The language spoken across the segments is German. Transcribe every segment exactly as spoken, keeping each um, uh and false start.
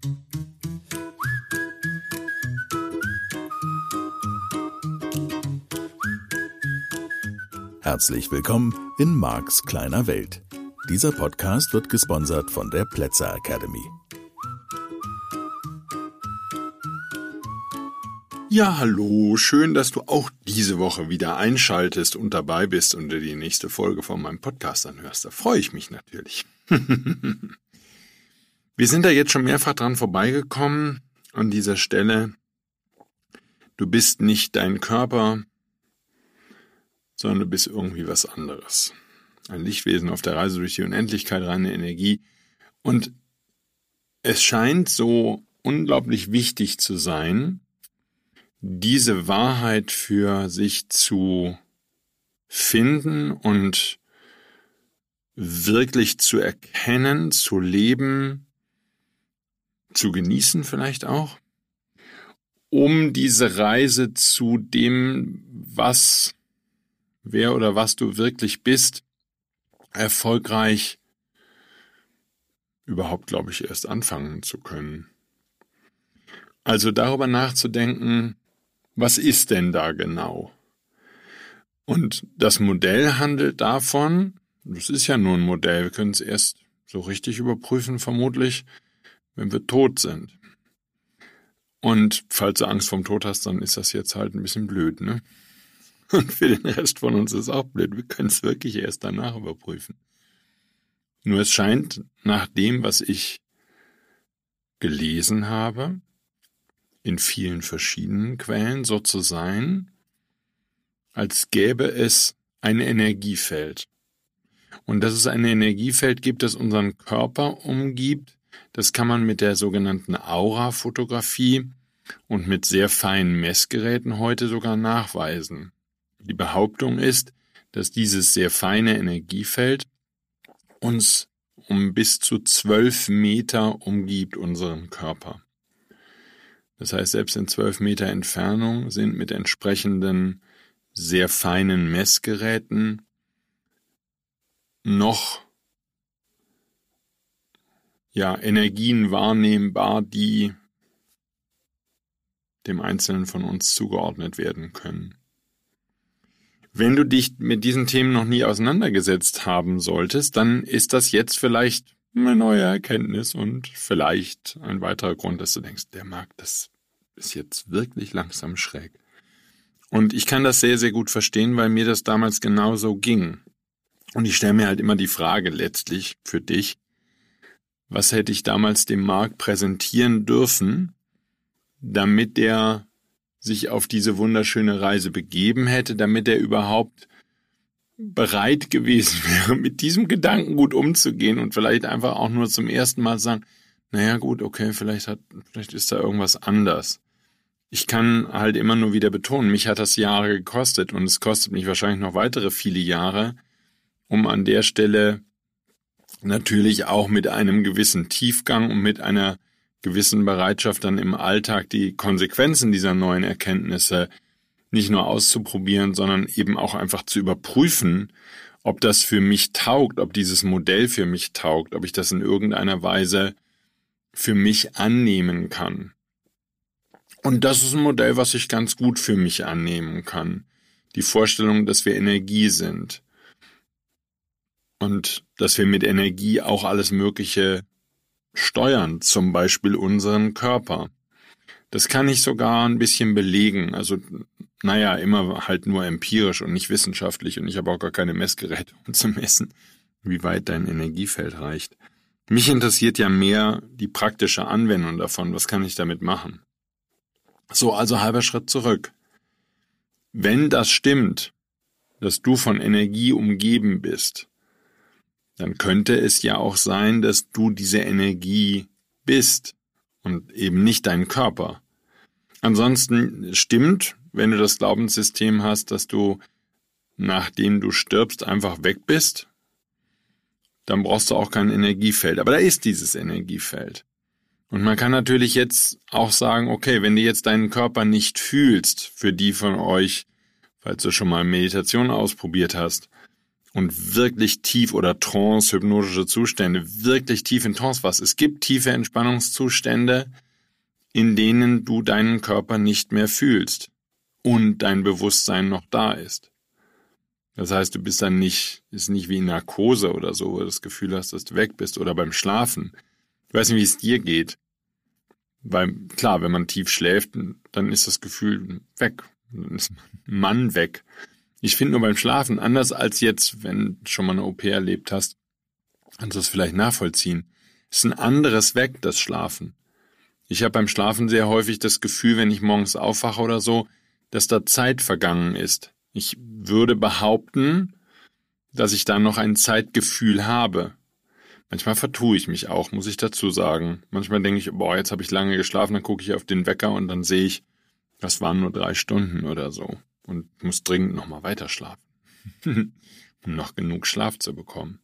Herzlich willkommen in Marks kleiner Welt. Dieser Podcast wird gesponsert von der Plätzer Academy. Ja, hallo, schön, dass du auch diese Woche wieder einschaltest und dabei bist und dir die nächste Folge von meinem Podcast anhörst. Da freue ich mich natürlich. Wir sind da jetzt schon mehrfach dran vorbeigekommen an dieser Stelle. Du bist nicht dein Körper, sondern du bist irgendwie was anderes. Ein Lichtwesen auf der Reise durch die Unendlichkeit, reine Energie. Und es scheint so unglaublich wichtig zu sein, diese Wahrheit für sich zu finden und wirklich zu erkennen, zu leben, zu genießen vielleicht auch, um diese Reise zu dem, was, wer oder was du wirklich bist, erfolgreich überhaupt, glaube ich, erst anfangen zu können. Also darüber nachzudenken, was ist denn da genau? Und das Modell handelt davon, das ist ja nur ein Modell, wir können es erst so richtig überprüfen, vermutlich, wenn wir tot sind. Und falls du Angst vorm Tod hast, dann ist das jetzt halt ein bisschen blöd, ne? Und für den Rest von uns ist es auch blöd, wir können es wirklich erst danach überprüfen. Nur es scheint nach dem, was ich gelesen habe, in vielen verschiedenen Quellen so zu sein, als gäbe es ein Energiefeld. Und dass es ein Energiefeld gibt, das unseren Körper umgibt, das kann man mit der sogenannten Aura-Fotografie und mit sehr feinen Messgeräten heute sogar nachweisen. Die Behauptung ist, dass dieses sehr feine Energiefeld uns um bis zu zwölf Meter umgibt, unseren Körper. Das heißt, selbst in zwölf Meter Entfernung sind mit entsprechenden sehr feinen Messgeräten noch ja, Energien wahrnehmbar, die dem Einzelnen von uns zugeordnet werden können. Wenn du dich mit diesen Themen noch nie auseinandergesetzt haben solltest, dann ist das jetzt vielleicht eine neue Erkenntnis und vielleicht ein weiterer Grund, dass du denkst, der Markt, das ist jetzt wirklich langsam schräg. Und ich kann das sehr, sehr gut verstehen, weil mir das damals genauso ging. Und ich stelle mir halt immer die Frage letztlich für dich, was hätte ich damals dem Markt präsentieren dürfen, damit der sich auf diese wunderschöne Reise begeben hätte, damit er überhaupt bereit gewesen wäre, mit diesem Gedankengut umzugehen und vielleicht einfach auch nur zum ersten Mal sagen, naja gut, okay, vielleicht hat, vielleicht ist da irgendwas anders. Ich kann halt immer nur wieder betonen, mich hat das Jahre gekostet und es kostet mich wahrscheinlich noch weitere viele Jahre, um an der Stelle natürlich auch mit einem gewissen Tiefgang und mit einer gewissen Bereitschaft dann im Alltag die Konsequenzen dieser neuen Erkenntnisse nicht nur auszuprobieren, sondern eben auch einfach zu überprüfen, ob das für mich taugt, ob dieses Modell für mich taugt, ob ich das in irgendeiner Weise für mich annehmen kann. Und das ist ein Modell, was ich ganz gut für mich annehmen kann. Die Vorstellung, dass wir Energie sind und dass wir mit Energie auch alles Mögliche steuern, zum Beispiel unseren Körper. Das kann ich sogar ein bisschen belegen, also naja, immer halt nur empirisch und nicht wissenschaftlich und ich habe auch gar keine Messgeräte, um zu messen, wie weit dein Energiefeld reicht. Mich interessiert ja mehr die praktische Anwendung davon, was kann ich damit machen? So, also halber Schritt zurück. Wenn das stimmt, dass du von Energie umgeben bist, dann könnte es ja auch sein, dass du diese Energie bist und eben nicht dein Körper. Ansonsten stimmt, wenn du das Glaubenssystem hast, dass du, nachdem du stirbst, einfach weg bist, dann brauchst du auch kein Energiefeld. Aber da ist dieses Energiefeld. Und man kann natürlich jetzt auch sagen, okay, wenn du jetzt deinen Körper nicht fühlst, für die von euch, falls du schon mal Meditation ausprobiert hast, und wirklich tief oder Trance, hypnotische Zustände, wirklich tief in Trance warst. Es gibt tiefe Entspannungszustände, in denen du deinen Körper nicht mehr fühlst und dein Bewusstsein noch da ist. Das heißt, du bist dann nicht, ist nicht wie in Narkose oder so, wo du das Gefühl hast, dass du weg bist, oder beim Schlafen. Ich weiß nicht, wie es dir geht. Weil, klar, wenn man tief schläft, dann ist das Gefühl weg. Dann ist man weg. Ich finde nur beim Schlafen, anders als jetzt, wenn du schon mal eine O P erlebt hast, kannst du das vielleicht nachvollziehen. Ist ein anderes Weg, das Schlafen. Ich habe beim Schlafen sehr häufig das Gefühl, wenn ich morgens aufwache oder so, dass da Zeit vergangen ist. Ich würde behaupten, dass ich da noch ein Zeitgefühl habe. Manchmal vertue ich mich auch, muss ich dazu sagen. Manchmal denke ich, boah, jetzt habe ich lange geschlafen, dann gucke ich auf den Wecker und dann sehe ich, das waren nur drei Stunden oder so und muss dringend nochmal weiter schlafen, um noch genug Schlaf zu bekommen.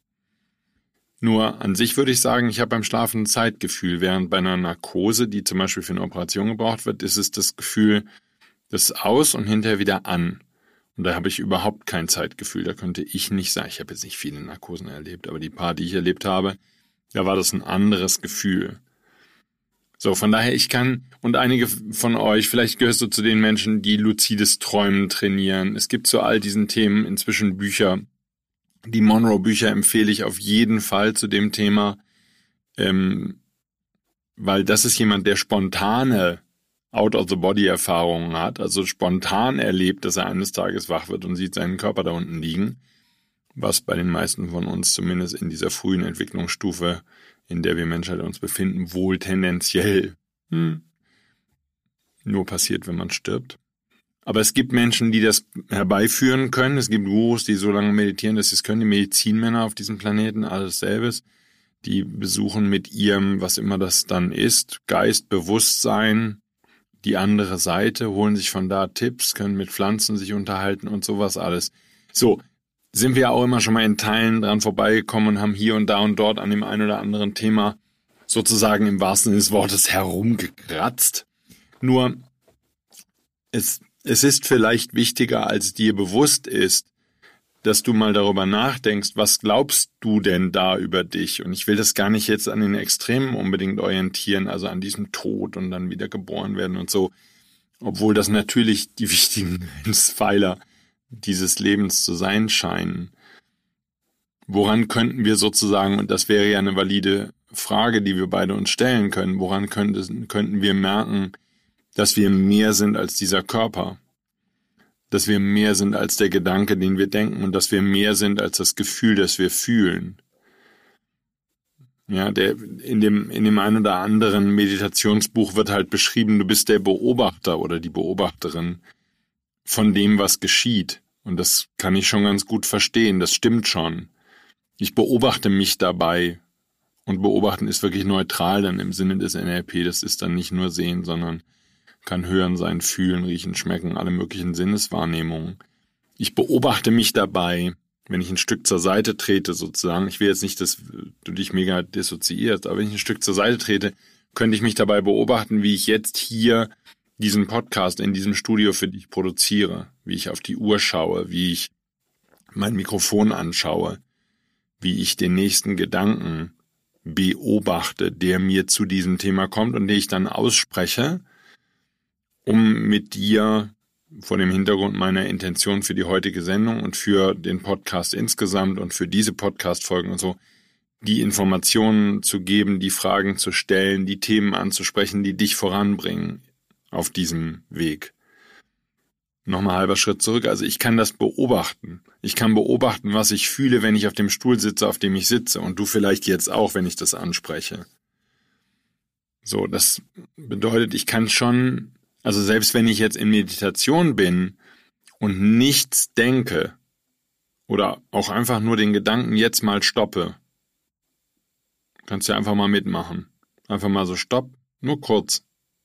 Nur an sich würde ich sagen, ich habe beim Schlafen ein Zeitgefühl, während bei einer Narkose, die zum Beispiel für eine Operation gebraucht wird, ist es das Gefühl, das ist aus und hinterher wieder an. Und da habe ich überhaupt kein Zeitgefühl, da könnte ich nicht sagen, ich habe jetzt nicht viele Narkosen erlebt, aber die paar, die ich erlebt habe, da war das ein anderes Gefühl. So, von daher, ich kann, und einige von euch, vielleicht gehörst du zu den Menschen, die luzides Träumen trainieren. Es gibt zu all diesen Themen inzwischen Bücher. Die Monroe-Bücher empfehle ich auf jeden Fall zu dem Thema, ähm, weil das ist jemand, der spontane Out-of-the-Body-Erfahrungen hat, also spontan erlebt, dass er eines Tages wach wird und sieht seinen Körper da unten liegen, was bei den meisten von uns zumindest in dieser frühen Entwicklungsstufe, in der wir Menschheit uns befinden, wohl tendenziell hm, nur passiert, wenn man stirbt. Aber es gibt Menschen, die das herbeiführen können. Es gibt Gurus, die so lange meditieren, dass sie es können. Die Medizinmänner auf diesem Planeten, alles selbes. Die besuchen mit ihrem, was immer das dann ist, Geist, Bewusstsein, die andere Seite, holen sich von da Tipps, können mit Pflanzen sich unterhalten und sowas alles. So, sind wir auch immer schon mal in Teilen dran vorbeigekommen und haben hier und da und dort an dem einen oder anderen Thema sozusagen im wahrsten Sinne des Wortes herumgekratzt. Nur, es, es ist vielleicht wichtiger, als dir bewusst ist, dass du mal darüber nachdenkst, was glaubst du denn da über dich? Und ich will das gar nicht jetzt an den Extremen unbedingt orientieren, also an diesem Tod und dann wieder geboren werden und so, obwohl das natürlich die wichtigen Pfeiler dieses Lebens zu sein scheinen. Woran könnten wir sozusagen, und das wäre ja eine valide Frage, die wir beide uns stellen können, woran könnten, könnten wir merken, dass wir mehr sind als dieser Körper? Dass wir mehr sind als der Gedanke, den wir denken, und dass wir mehr sind als das Gefühl, das wir fühlen. Ja, der, in dem, in dem einen oder anderen Meditationsbuch wird halt beschrieben, du bist der Beobachter oder die Beobachterin von dem, was geschieht. Und das kann ich schon ganz gut verstehen, das stimmt schon. Ich beobachte mich dabei. Und beobachten ist wirklich neutral dann im Sinne des N L P. Das ist dann nicht nur sehen, sondern kann hören sein, fühlen, riechen, schmecken, alle möglichen Sinneswahrnehmungen. Ich beobachte mich dabei, wenn ich ein Stück zur Seite trete sozusagen. Ich will jetzt nicht, dass du dich mega dissoziierst, aber wenn ich ein Stück zur Seite trete, könnte ich mich dabei beobachten, wie ich jetzt hier diesen Podcast in diesem Studio für dich produziere, wie ich auf die Uhr schaue, wie ich mein Mikrofon anschaue, wie ich den nächsten Gedanken beobachte, der mir zu diesem Thema kommt und den ich dann ausspreche, um mit dir vor dem Hintergrund meiner Intention für die heutige Sendung und für den Podcast insgesamt und für diese Podcast-Folgen und so, die Informationen zu geben, die Fragen zu stellen, die Themen anzusprechen, die dich voranbringen auf diesem Weg. Nochmal halber Schritt zurück. Also ich kann das beobachten. Ich kann beobachten, was ich fühle, wenn ich auf dem Stuhl sitze, auf dem ich sitze. Und du vielleicht jetzt auch, wenn ich das anspreche. So, das bedeutet, ich kann schon, also selbst wenn ich jetzt in Meditation bin und nichts denke oder auch einfach nur den Gedanken jetzt mal stoppe, kannst du ja einfach mal mitmachen. Einfach mal so stopp, nur kurz.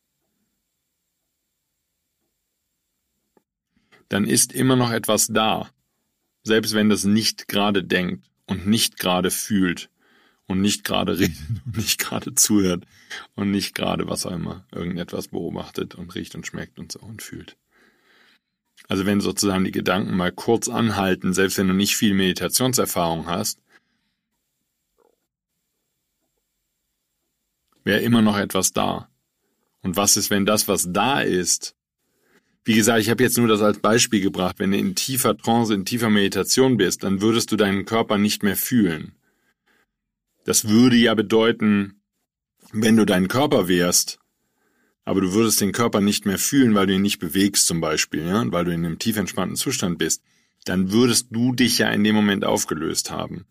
Dann ist immer noch etwas da, selbst wenn das nicht gerade denkt und nicht gerade fühlt und nicht gerade redet und nicht gerade zuhört und nicht gerade was auch immer, irgendetwas beobachtet und riecht und schmeckt und so und fühlt. Also wenn sozusagen die Gedanken mal kurz anhalten, selbst wenn du nicht viel Meditationserfahrung hast, wäre immer noch etwas da. Und was ist, wenn das, was da ist, wie gesagt, ich habe jetzt nur das als Beispiel gebracht, wenn du in tiefer Trance, in tiefer Meditation bist, dann würdest du deinen Körper nicht mehr fühlen. Das würde ja bedeuten, wenn du dein Körper wärst, aber du würdest den Körper nicht mehr fühlen, weil du ihn nicht bewegst zum Beispiel, ja, und weil du in einem tief entspannten Zustand bist, dann würdest du dich ja in dem Moment aufgelöst haben.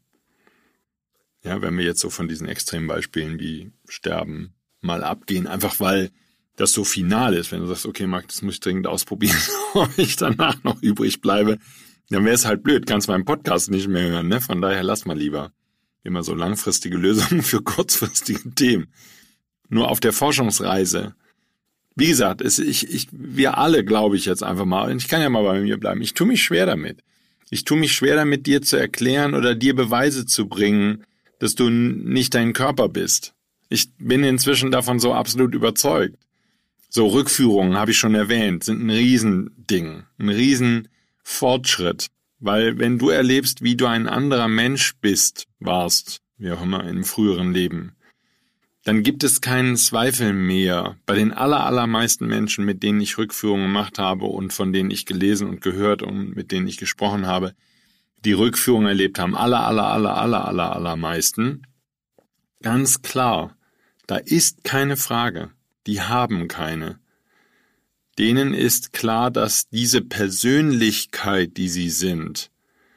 Ja, wenn wir jetzt so von diesen extremen Beispielen wie Sterben mal abgehen, einfach weil das so final ist. Wenn du sagst, okay, Marc, das muss ich dringend ausprobieren, ob ich danach noch übrig bleibe, dann wäre es halt blöd, kannst meinen Podcast nicht mehr hören, ne? Von daher lass mal lieber immer so langfristige Lösungen für kurzfristige Themen. Nur auf der Forschungsreise, wie gesagt, es, ich, ich, wir alle, glaube ich jetzt einfach mal, und ich kann ja mal bei mir bleiben, ich tue mich schwer damit. Ich tue mich schwer damit, dir zu erklären oder dir Beweise zu bringen, dass du nicht dein Körper bist. Ich bin inzwischen davon so absolut überzeugt. So, Rückführungen, habe ich schon erwähnt, sind ein Riesending, ein Riesenfortschritt. Weil wenn du erlebst, wie du ein anderer Mensch bist, warst, wie auch immer, im früheren Leben, dann gibt es keinen Zweifel mehr bei den aller, allermeisten Menschen, mit denen ich Rückführungen gemacht habe und von denen ich gelesen und gehört und mit denen ich gesprochen habe, die Rückführungen erlebt haben, aller, aller, aller, aller, aller, allermeisten, ganz klar, da ist keine Frage. Die haben keine. Denen ist klar, dass diese Persönlichkeit, die sie sind,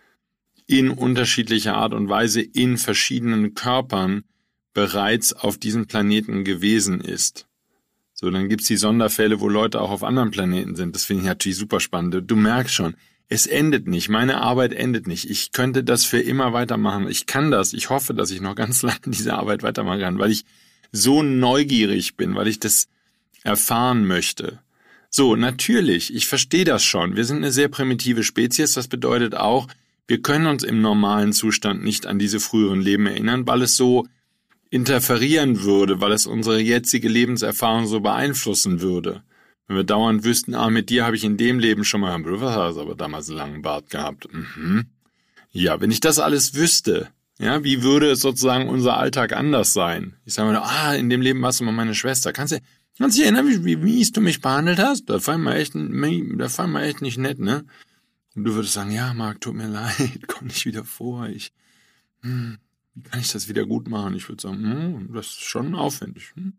in unterschiedlicher Art und Weise in verschiedenen Körpern bereits auf diesem Planeten gewesen ist. So, dann gibt's die Sonderfälle, wo Leute auch auf anderen Planeten sind. Das finde ich natürlich super spannend. Du merkst schon, es endet nicht. Meine Arbeit endet nicht. Ich könnte das für immer weitermachen. Ich kann das. Ich hoffe, dass ich noch ganz lange diese Arbeit weitermachen kann, weil ich so neugierig bin, weil ich das erfahren möchte. So, natürlich, ich verstehe das schon. Wir sind eine sehr primitive Spezies. Das bedeutet auch, wir können uns im normalen Zustand nicht an diese früheren Leben erinnern, weil es so interferieren würde, weil es unsere jetzige Lebenserfahrung so beeinflussen würde. Wenn wir dauernd wüssten, ah, mit dir habe ich in dem Leben schon mal, was hast du aber damals einen langen Bart gehabt. Mhm. Ja, wenn ich das alles wüsste, ja, wie würde es sozusagen unser Alltag anders sein? Ich sage mal, ah, in dem Leben warst du mal meine Schwester. Kannst du, kannst du dich erinnern, wie, wie mies du mich behandelt hast? Da fand man echt, da fand man echt nicht nett, ne? Und du würdest sagen, ja, Marc, tut mir leid, komm nicht wieder vor. Ich, hm, wie kann ich das wieder gut machen? Ich würde sagen, hm, das ist schon aufwendig. Hm?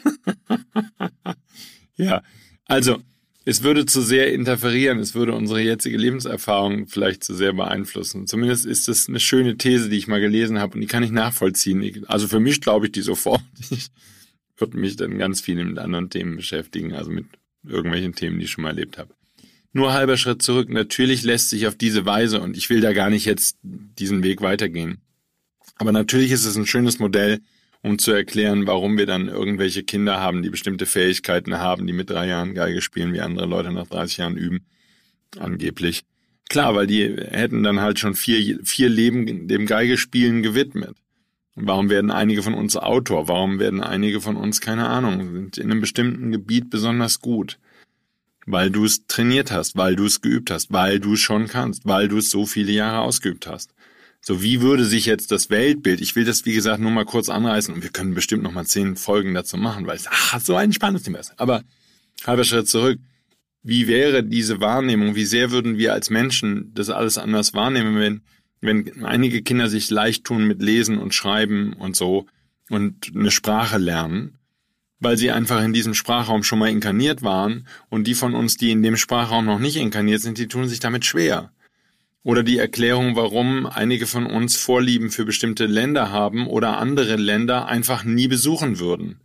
Ja, also, es würde zu sehr interferieren, es würde unsere jetzige Lebenserfahrung vielleicht zu sehr beeinflussen. Zumindest ist das eine schöne These, die ich mal gelesen habe und die kann ich nachvollziehen. Also für mich glaube ich die sofort. Ich würde mich dann ganz viel mit anderen Themen beschäftigen, also mit irgendwelchen Themen, die ich schon mal erlebt habe. Nur halber Schritt zurück. Natürlich lässt sich auf diese Weise, und ich will da gar nicht jetzt diesen Weg weitergehen, aber natürlich ist es ein schönes Modell, um zu erklären, warum wir dann irgendwelche Kinder haben, die bestimmte Fähigkeiten haben, die mit drei Jahren Geige spielen, wie andere Leute nach dreißig Jahren üben, angeblich. Klar, weil die hätten dann halt schon vier, vier Leben dem Geigespielen gewidmet. Und warum werden einige von uns Autor? Warum werden einige von uns, keine Ahnung, sind in einem bestimmten Gebiet besonders gut? Weil du es trainiert hast, weil du es geübt hast, weil du es schon kannst, weil du es so viele Jahre ausgeübt hast. So, wie würde sich jetzt das Weltbild, ich will das, wie gesagt, nur mal kurz anreißen und wir können bestimmt noch mal zehn Folgen dazu machen, weil es ach, so ein spannendes Thema ist. Aber halber Schritt zurück, wie wäre diese Wahrnehmung, wie sehr würden wir als Menschen das alles anders wahrnehmen, wenn, wenn einige Kinder sich leicht tun mit Lesen und Schreiben und so und eine Sprache lernen, weil sie einfach in diesem Sprachraum schon mal inkarniert waren und die von uns, die in dem Sprachraum noch nicht inkarniert sind, die tun sich damit schwer. Oder die Erklärung, warum einige von uns Vorlieben für bestimmte Länder haben oder andere Länder einfach nie besuchen würden.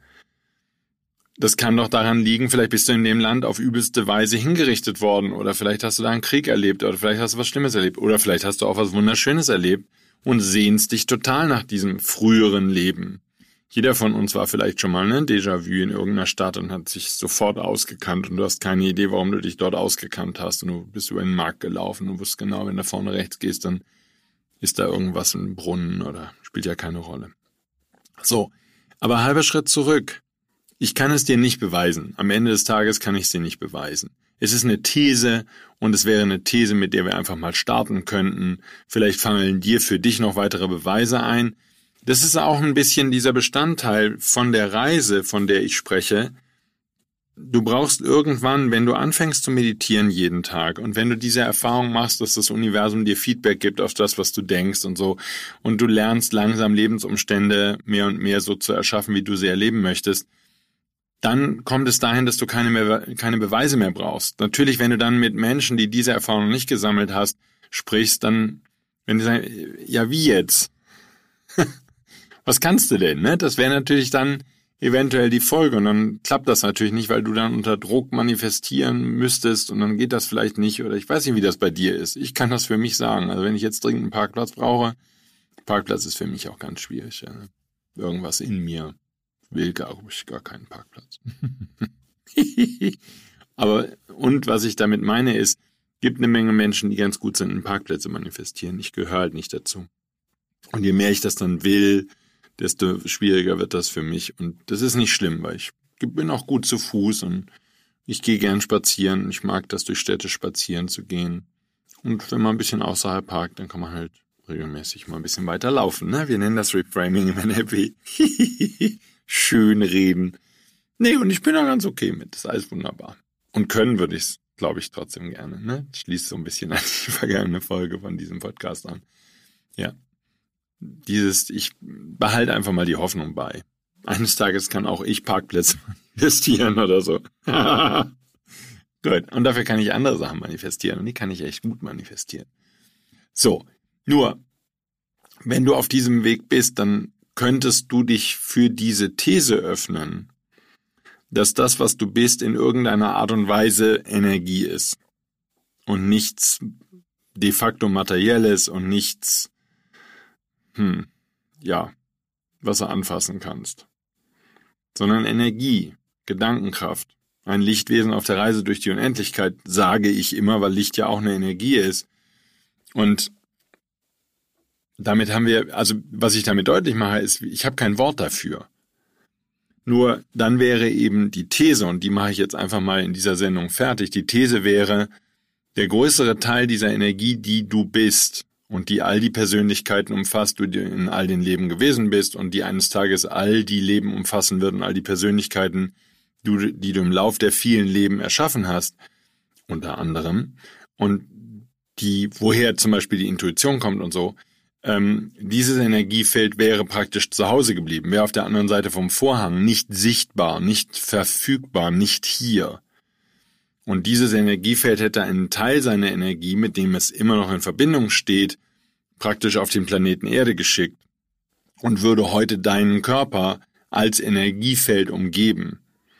Das kann doch daran liegen, vielleicht bist du in dem Land auf übelste Weise hingerichtet worden oder vielleicht hast du da einen Krieg erlebt oder vielleicht hast du was Schlimmes erlebt oder vielleicht hast du auch was Wunderschönes erlebt und sehnst dich total nach diesem früheren Leben. Jeder von uns war vielleicht schon mal ein Déjà-vu in irgendeiner Stadt und hat sich sofort ausgekannt und du hast keine Idee, warum du dich dort ausgekannt hast und du bist über den Markt gelaufen und wusstest genau, wenn du vorne rechts gehst, dann ist da irgendwas im Brunnen oder spielt ja keine Rolle. So, aber halber Schritt zurück. Ich kann es dir nicht beweisen. Am Ende des Tages kann ich es dir nicht beweisen. Es ist eine These und es wäre eine These, mit der wir einfach mal starten könnten. Vielleicht fallen dir für dich noch weitere Beweise ein. Das ist auch ein bisschen dieser Bestandteil von der Reise, von der ich spreche. Du brauchst irgendwann, wenn du anfängst zu meditieren jeden Tag und wenn du diese Erfahrung machst, dass das Universum dir Feedback gibt auf das, was du denkst und so, und du lernst langsam Lebensumstände mehr und mehr so zu erschaffen, wie du sie erleben möchtest, dann kommt es dahin, dass du keine mehr, keine Beweise mehr brauchst. Natürlich, wenn du dann mit Menschen, die diese Erfahrung nicht gesammelt hast, sprichst, dann, wenn die sagen, ja, wie jetzt? Was kannst du denn, ne? Das wäre natürlich dann eventuell die Folge und dann klappt das natürlich nicht, weil du dann unter Druck manifestieren müsstest und dann geht das vielleicht nicht oder ich weiß nicht, wie das bei dir ist. Ich kann das für mich sagen. Also wenn ich jetzt dringend einen Parkplatz brauche, Parkplatz ist für mich auch ganz schwierig. Ja. Irgendwas in mir will gar, ich gar keinen Parkplatz. Aber, und was ich damit meine ist, gibt eine Menge Menschen, die ganz gut sind in Parkplätze manifestieren. Ich gehöre halt nicht dazu. Und je mehr ich das dann will, desto schwieriger wird das für mich. Und das ist nicht schlimm, weil ich bin auch gut zu Fuß und ich gehe gern spazieren. Ich mag das, durch Städte spazieren zu gehen. Und wenn man ein bisschen außerhalb parkt, dann kann man halt regelmäßig mal ein bisschen weiter laufen. Ne? Wir nennen das Reframing im N L P. Schön reden. Nee, und ich bin da ganz okay mit. Das ist alles wunderbar. Und können würde ich es, glaube ich, trotzdem gerne. Ne? Schließt so ein bisschen an die vergangene Folge von diesem Podcast an. Ja. Dieses, ich behalte einfach mal die Hoffnung bei. Eines Tages kann auch ich Parkplätze manifestieren oder so. Gut. Und dafür kann ich andere Sachen manifestieren. Und die kann ich echt gut manifestieren. So. Nur, wenn du auf diesem Weg bist, dann könntest du dich für diese These öffnen, dass das, was du bist, in irgendeiner Art und Weise Energie ist. Und nichts de facto Materielles und nichts Hm, ja, was du anfassen kannst. Sondern Energie, Gedankenkraft, ein Lichtwesen auf der Reise durch die Unendlichkeit, sage ich immer, weil Licht ja auch eine Energie ist. Und damit haben wir, also was ich damit deutlich mache, ist, ich habe kein Wort dafür. Nur dann wäre eben die These, und die mache ich jetzt einfach mal in dieser Sendung fertig, die These wäre, der größere Teil dieser Energie, die du bist, und die all die Persönlichkeiten umfasst, du in all den Leben gewesen bist und die eines Tages all die Leben umfassen wird und all die Persönlichkeiten, die, die du im Lauf der vielen Leben erschaffen hast, unter anderem, und die, woher zum Beispiel die Intuition kommt und so, ähm, dieses Energiefeld wäre praktisch zu Hause geblieben, wäre auf der anderen Seite vom Vorhang nicht sichtbar, nicht verfügbar, nicht hier. Und dieses Energiefeld hätte einen Teil seiner Energie, mit dem es immer noch in Verbindung steht, praktisch auf den Planeten Erde geschickt und würde heute deinen Körper als Energiefeld umgeben.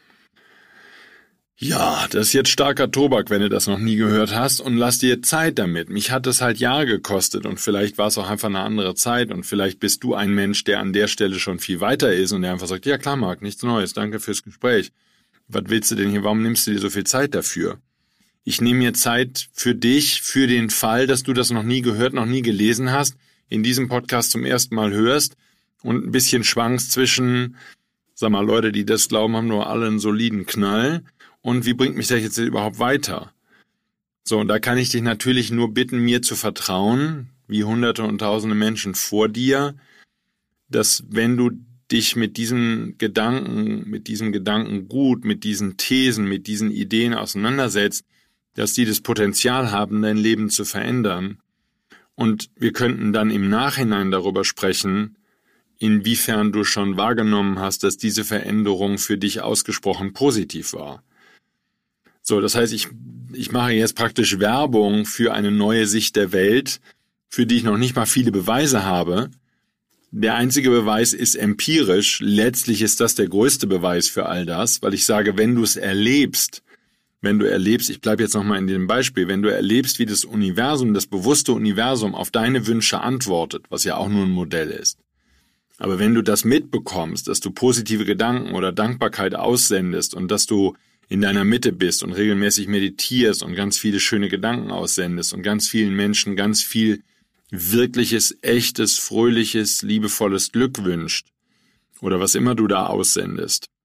Ja, das ist jetzt starker Tobak, wenn du das noch nie gehört hast, und lass dir Zeit damit. Mich hat das halt Jahre gekostet und vielleicht war es auch einfach eine andere Zeit und vielleicht bist du ein Mensch, der an der Stelle schon viel weiter ist und der einfach sagt, ja klar, Marc, nichts Neues, danke fürs Gespräch. Was willst du denn hier? Warum nimmst du dir so viel Zeit dafür? Ich nehme mir Zeit für dich, für den Fall, dass du das noch nie gehört, noch nie gelesen hast, in diesem Podcast zum ersten Mal hörst und ein bisschen schwankst zwischen, sag mal, Leute, die das glauben, haben nur alle einen soliden Knall und wie bringt mich das jetzt überhaupt weiter? So, und da kann ich dich natürlich nur bitten, mir zu vertrauen, wie hunderte und tausende Menschen vor dir, dass wenn du dich mit diesen Gedanken, mit diesem Gedankengut, mit diesen Thesen, mit diesen Ideen auseinandersetzt, dass die das Potenzial haben, dein Leben zu verändern. Und wir könnten dann im Nachhinein darüber sprechen, inwiefern du schon wahrgenommen hast, dass diese Veränderung für dich ausgesprochen positiv war. So, das heißt, ich, ich mache jetzt praktisch Werbung für eine neue Sicht der Welt, für die ich noch nicht mal viele Beweise habe. Der einzige Beweis ist empirisch. Letztlich ist das der größte Beweis für all das, weil ich sage, wenn du es erlebst, wenn du erlebst, ich bleibe jetzt nochmal in dem Beispiel, wenn du erlebst, wie das Universum, das bewusste Universum auf deine Wünsche antwortet, was ja auch nur ein Modell ist. Aber wenn du das mitbekommst, dass du positive Gedanken oder Dankbarkeit aussendest und dass du in deiner Mitte bist und regelmäßig meditierst und ganz viele schöne Gedanken aussendest und ganz vielen Menschen ganz viel wirkliches, echtes, fröhliches, liebevolles Glück wünscht oder was immer du da aussendest,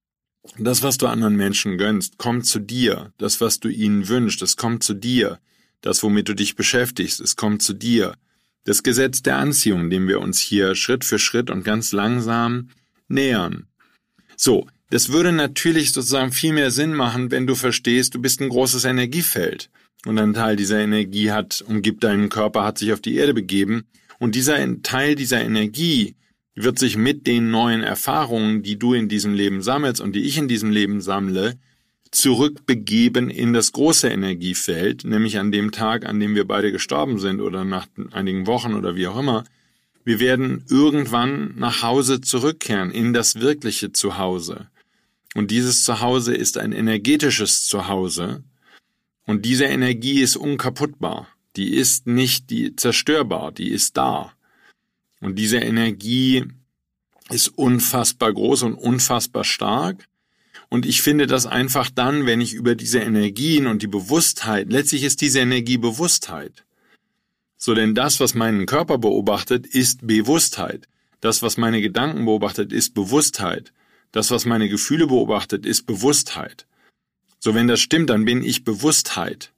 Das, was du anderen Menschen gönnst, kommt zu dir. Das, was du ihnen wünschst, es kommt zu dir. Das, womit du dich beschäftigst, es kommt zu dir. Das Gesetz der Anziehung, dem wir uns hier Schritt für Schritt und ganz langsam nähern. So, das würde natürlich sozusagen viel mehr Sinn machen, wenn du verstehst, du bist ein großes Energiefeld. Und ein Teil dieser Energie hat, umgibt deinen Körper, hat sich auf die Erde begeben. Und dieser Teil dieser Energie wird sich mit den neuen Erfahrungen, die du in diesem Leben sammelst und die ich in diesem Leben sammle, zurückbegeben in das große Energiefeld, nämlich an dem Tag, an dem wir beide gestorben sind oder nach einigen Wochen oder wie auch immer. Wir werden irgendwann nach Hause zurückkehren, in das wirkliche Zuhause. Und dieses Zuhause ist ein energetisches Zuhause. Und diese Energie ist unkaputtbar. Die ist nicht die zerstörbar, die ist da. Und diese Energie ist unfassbar groß und unfassbar stark. Und ich finde das einfach dann, wenn ich über diese Energien und die Bewusstheit, letztlich ist diese Energie Bewusstheit. So, denn das, was meinen Körper beobachtet, ist Bewusstheit. Das, was meine Gedanken beobachtet, ist Bewusstheit. Das, was meine Gefühle beobachtet, ist Bewusstheit. So, wenn das stimmt, dann bin ich Bewusstheit.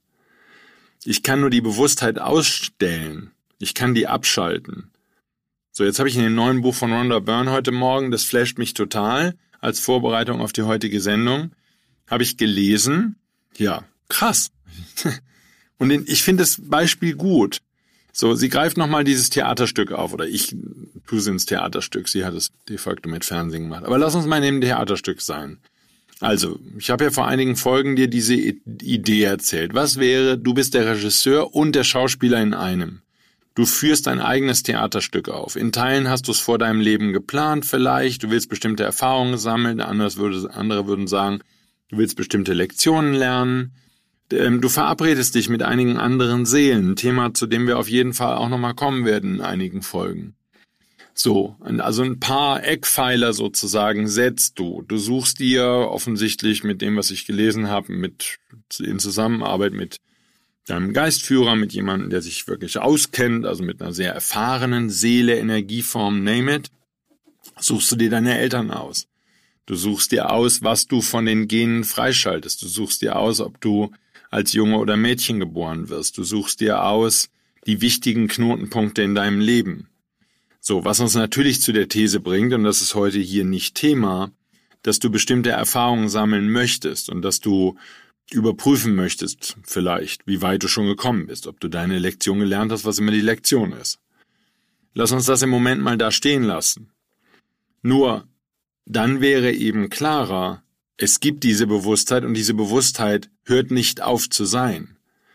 Ich kann nur die Bewusstheit ausstellen. Ich kann die abschalten. So, jetzt habe ich in dem neuen Buch von Rhonda Byrne heute Morgen, das flasht mich total, als Vorbereitung auf die heutige Sendung, habe ich gelesen, ja, krass. Und ich finde das Beispiel gut. So, sie greift nochmal dieses Theaterstück auf, oder ich tue sie ins Theaterstück, sie hat es de facto mit Fernsehen gemacht. Aber lass uns mal in dem Theaterstück sein. Also, ich habe ja vor einigen Folgen dir diese Idee erzählt. Was wäre, du bist der Regisseur und der Schauspieler in einem. Du führst dein eigenes Theaterstück auf. In Teilen hast du es vor deinem Leben geplant vielleicht, du willst bestimmte Erfahrungen sammeln, andere würden sagen, du willst bestimmte Lektionen lernen. Du verabredest dich mit einigen anderen Seelen, ein Thema, zu dem wir auf jeden Fall auch nochmal kommen werden in einigen Folgen. So, also ein paar Eckpfeiler sozusagen setzt du. Du suchst dir offensichtlich mit dem, was ich gelesen habe, mit in Zusammenarbeit mit deinem Geistführer, mit jemandem, der sich wirklich auskennt, also mit einer sehr erfahrenen Seele, Energieform, name it, suchst du dir deine Eltern aus. Du suchst dir aus, was du von den Genen freischaltest. Du suchst dir aus, ob du als Junge oder Mädchen geboren wirst. Du suchst dir aus die wichtigen Knotenpunkte in deinem Leben. So, was uns natürlich zu der These bringt, und das ist heute hier nicht Thema, dass du bestimmte Erfahrungen sammeln möchtest und dass du überprüfen möchtest, vielleicht, wie weit du schon gekommen bist, ob du deine Lektion gelernt hast, was immer die Lektion ist. Lass uns das im Moment mal da stehen lassen. Nur, dann wäre eben klarer, es gibt diese Bewusstheit und diese Bewusstheit hört nicht auf zu sein.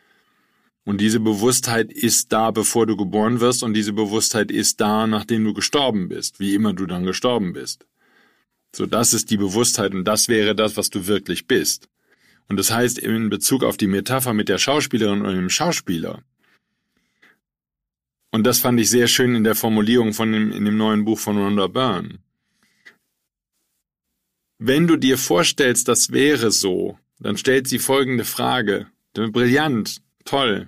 Und diese Bewusstheit ist da, bevor du geboren wirst, und diese Bewusstheit ist da, nachdem du gestorben bist, wie immer du dann gestorben bist. So, das ist die Bewusstheit und das wäre das, was du wirklich bist. Und das heißt, in Bezug auf die Metapher mit der Schauspielerin und dem Schauspieler, und das fand ich sehr schön in der Formulierung von dem, in dem neuen Buch von Rhonda Byrne. Wenn du dir vorstellst, das wäre so, dann stellt sie folgende Frage. Brillant, toll.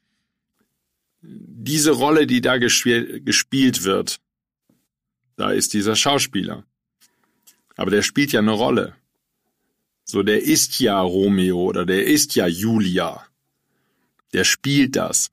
Diese Rolle, die da gespiel, gespielt wird, da ist dieser Schauspieler. Aber der spielt ja eine Rolle. So, der ist ja Romeo oder der ist ja Julia. Der spielt das.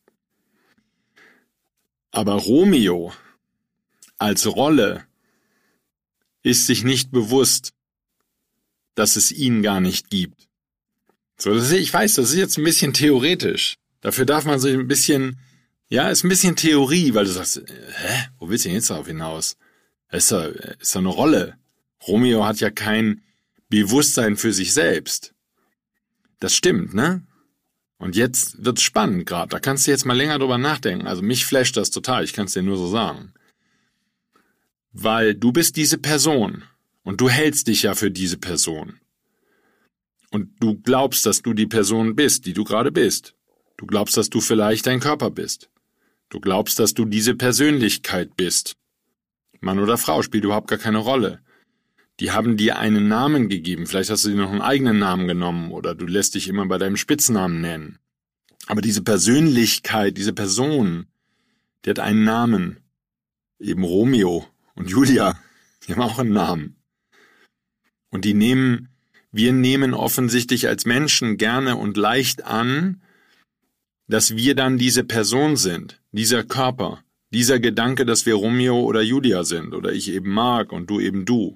Aber Romeo als Rolle ist sich nicht bewusst, dass es ihn gar nicht gibt. So, das ist, ich weiß, das ist jetzt ein bisschen theoretisch. Dafür darf man sich ein bisschen, ja, ist ein bisschen Theorie, weil du sagst, hä, wo willst du denn jetzt darauf hinaus? Das ist ja, ist ja eine Rolle. Romeo hat ja kein Bewusstsein für sich selbst. Das stimmt, ne? Und jetzt wird's spannend gerade. Da kannst du jetzt mal länger drüber nachdenken. Also mich flasht das total, ich kann es dir nur so sagen. Weil du bist diese Person und du hältst dich ja für diese Person. Und du glaubst, dass du die Person bist, die du gerade bist. Du glaubst, dass du vielleicht dein Körper bist. Du glaubst, dass du diese Persönlichkeit bist. Mann oder Frau spielt überhaupt gar keine Rolle. Die haben dir einen Namen gegeben, vielleicht hast du dir noch einen eigenen Namen genommen oder du lässt dich immer bei deinem Spitznamen nennen. Aber diese Persönlichkeit, diese Person, die hat einen Namen. Eben Romeo und Julia, die haben auch einen Namen. Und die nehmen, wir nehmen offensichtlich als Menschen gerne und leicht an, dass wir dann diese Person sind, dieser Körper, dieser Gedanke, dass wir Romeo oder Julia sind oder ich eben Mark und du eben du.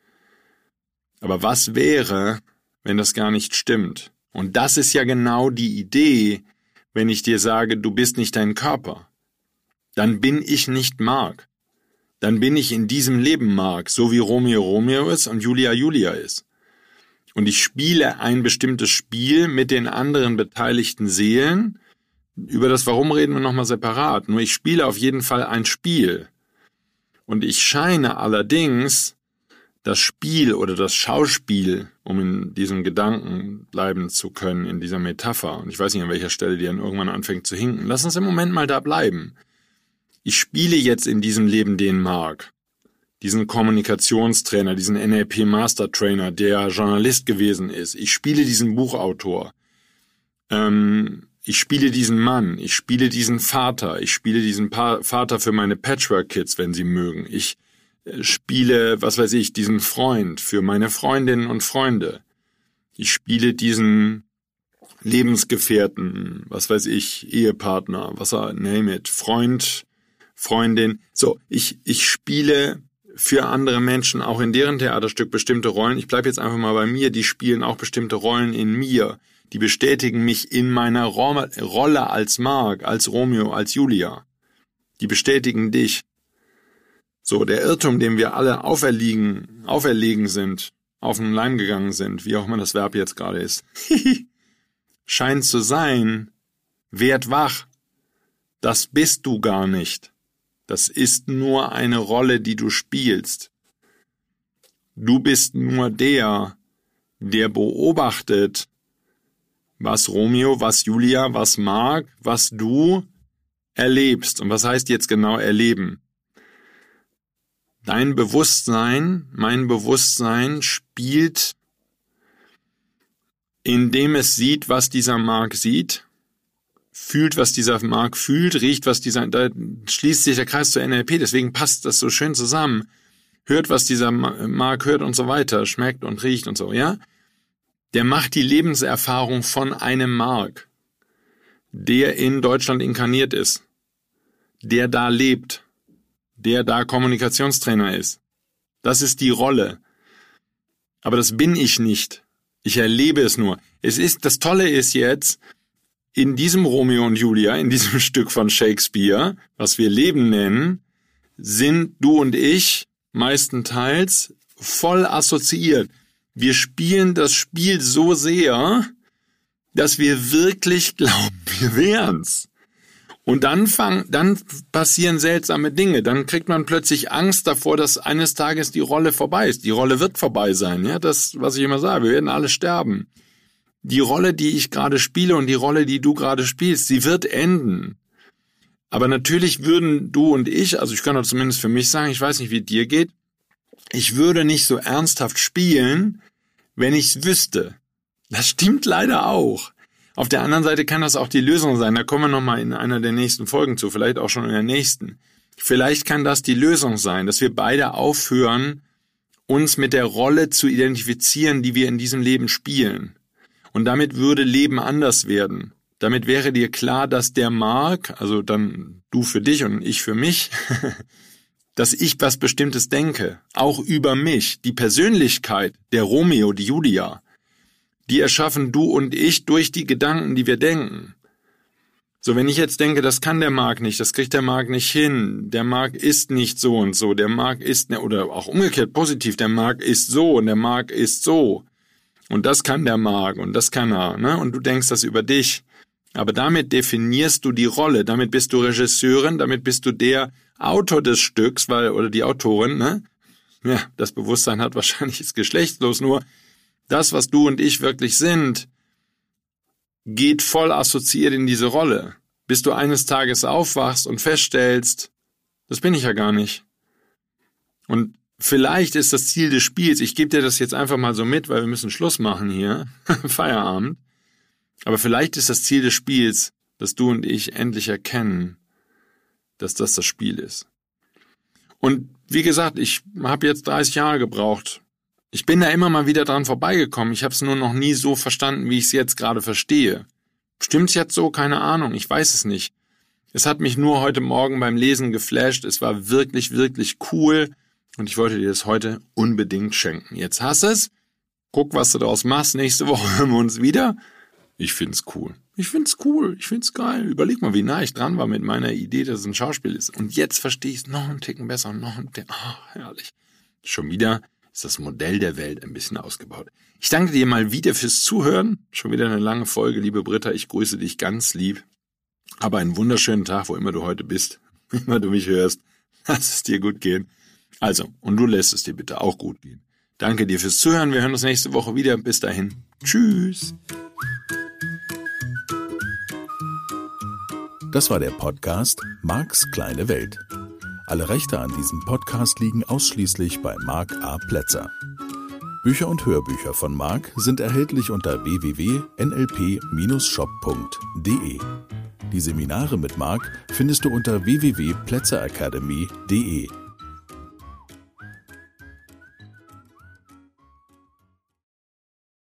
Aber was wäre, wenn das gar nicht stimmt? Und das ist ja genau die Idee, wenn ich dir sage, du bist nicht dein Körper. Dann bin ich nicht Mark. Dann bin ich in diesem Leben Mark, so wie Romeo Romeo ist und Julia Julia ist. Und ich spiele ein bestimmtes Spiel mit den anderen beteiligten Seelen. Über das Warum reden wir nochmal separat. Nur ich spiele auf jeden Fall ein Spiel. Und ich scheine allerdings das Spiel oder das Schauspiel, um in diesem Gedanken bleiben zu können, in dieser Metapher, und ich weiß nicht, an welcher Stelle die dann irgendwann anfängt zu hinken, lass uns im Moment mal da bleiben. Ich spiele jetzt in diesem Leben den Mark, diesen Kommunikationstrainer, diesen N L P Master Trainer, der Journalist gewesen ist. Ich spiele diesen Buchautor. Ähm, ich spiele diesen Mann. Ich spiele diesen Vater. Ich spiele diesen pa- Vater für meine Patchwork-Kids, wenn sie mögen. Ich äh, spiele, was weiß ich, diesen Freund für meine Freundinnen und Freunde. Ich spiele diesen Lebensgefährten, was weiß ich, Ehepartner, was er, name it, Freund, Freundin. So, ich, ich spiele für andere Menschen auch in deren Theaterstück bestimmte Rollen. Ich bleibe jetzt einfach mal bei mir, die spielen auch bestimmte Rollen in mir. Die bestätigen mich in meiner Ro- Rolle als Mark, als Romeo, als Julia. Die bestätigen dich. So, der Irrtum, dem wir alle auferlegen, auferlegen sind, auf den Leim gegangen sind, wie auch immer das Verb jetzt gerade ist, scheint zu sein, werd wach. Das bist du gar nicht. Das ist nur eine Rolle, die du spielst. Du bist nur der, der beobachtet, was Romeo, was Julia, was Mark, was du erlebst. Und was heißt jetzt genau erleben? Dein Bewusstsein, mein Bewusstsein spielt, indem es sieht, was dieser Mark sieht, fühlt, was dieser Mark fühlt, riecht, was dieser, da schließt sich der Kreis zur N L P, deswegen passt das so schön zusammen, hört, was dieser Mark hört und so weiter, schmeckt und riecht und so, ja? Der macht die Lebenserfahrung von einem Mark, der in Deutschland inkarniert ist, der da lebt, der da Kommunikationstrainer ist. Das ist die Rolle. Aber das bin ich nicht. Ich erlebe es nur. Es ist, das Tolle ist jetzt, in diesem Romeo und Julia, in diesem Stück von Shakespeare, was wir Leben nennen, sind du und ich meistenteils voll assoziiert. Wir spielen das Spiel so sehr, dass wir wirklich glauben, wir wären's. Und dann fang, dann passieren seltsame Dinge. Dann kriegt man plötzlich Angst davor, dass eines Tages die Rolle vorbei ist. Die Rolle wird vorbei sein, ja, das, was ich immer sage. Wir werden alle sterben. Die Rolle, die ich gerade spiele und die Rolle, die du gerade spielst, sie wird enden. Aber natürlich würden du und ich, also ich kann doch zumindest für mich sagen, ich weiß nicht, wie es dir geht, ich würde nicht so ernsthaft spielen, wenn ich's wüsste. Das stimmt leider auch. Auf der anderen Seite kann das auch die Lösung sein. Da kommen wir nochmal in einer der nächsten Folgen zu, vielleicht auch schon in der nächsten. Vielleicht kann das die Lösung sein, dass wir beide aufhören, uns mit der Rolle zu identifizieren, die wir in diesem Leben spielen. Und damit würde Leben anders werden. Damit wäre dir klar, dass der Mark, also dann du für dich und ich für mich, dass ich was Bestimmtes denke, auch über mich. Die Persönlichkeit, der Romeo, die Julia, die erschaffen du und ich durch die Gedanken, die wir denken. So, wenn ich jetzt denke, das kann der Mark nicht, das kriegt der Mark nicht hin, der Mark ist nicht so und so, der Mark ist, oder auch umgekehrt positiv, der Mark ist so und der Mark ist so. Und das kann der Mark und das kann er, ne? Und du denkst das über dich. Aber damit definierst du die Rolle, damit bist du Regisseurin, damit bist du der Autor des Stücks, weil, oder die Autorin, ne? Ja, das Bewusstsein hat wahrscheinlich ist geschlechtslos, nur das, was du und ich wirklich sind, geht voll assoziiert in diese Rolle. Bis du eines Tages aufwachst und feststellst, das bin ich ja gar nicht. Und vielleicht ist das Ziel des Spiels, ich gebe dir das jetzt einfach mal so mit, weil wir müssen Schluss machen hier, Feierabend, aber vielleicht ist das Ziel des Spiels, dass du und ich endlich erkennen, dass das das Spiel ist. Und wie gesagt, ich habe jetzt dreißig Jahre gebraucht, Ich bin da immer mal wieder dran vorbeigekommen. Ich habe es nur noch nie so verstanden, wie ich es jetzt gerade verstehe. Stimmt's jetzt so? Keine Ahnung. Ich weiß es nicht. Es hat mich nur heute Morgen beim Lesen geflasht. Es war wirklich, wirklich cool. Und ich wollte dir das heute unbedingt schenken. Jetzt hast du es. Guck, was du daraus machst. Nächste Woche hören wir uns wieder. Ich find's cool. Ich find's cool. Ich find's geil. Überleg mal, wie nah ich dran war mit meiner Idee, dass es ein Schauspiel ist. Und jetzt verstehe ich es noch einen Ticken besser. Noch einen Ticken. Oh, herrlich. Schon wieder ist das Modell der Welt ein bisschen ausgebaut. Ich danke dir mal wieder fürs Zuhören. Schon wieder eine lange Folge, liebe Britta. Ich grüße dich ganz lieb. Aber einen wunderschönen Tag, wo immer du heute bist, wo immer du mich hörst. Lass es dir gut gehen. Also, und du lässt es dir bitte auch gut gehen. Danke dir fürs Zuhören. Wir hören uns nächste Woche wieder. Bis dahin. Tschüss. Das war der Podcast Marks kleine Welt. Alle Rechte an diesem Podcast liegen ausschließlich bei Mark A. Plätzer. Bücher und Hörbücher von Mark sind erhältlich unter w w w punkt n l p Bindestrich shop punkt d e. Die Seminare mit Mark findest du unter w w w punkt plätzer academy punkt d e.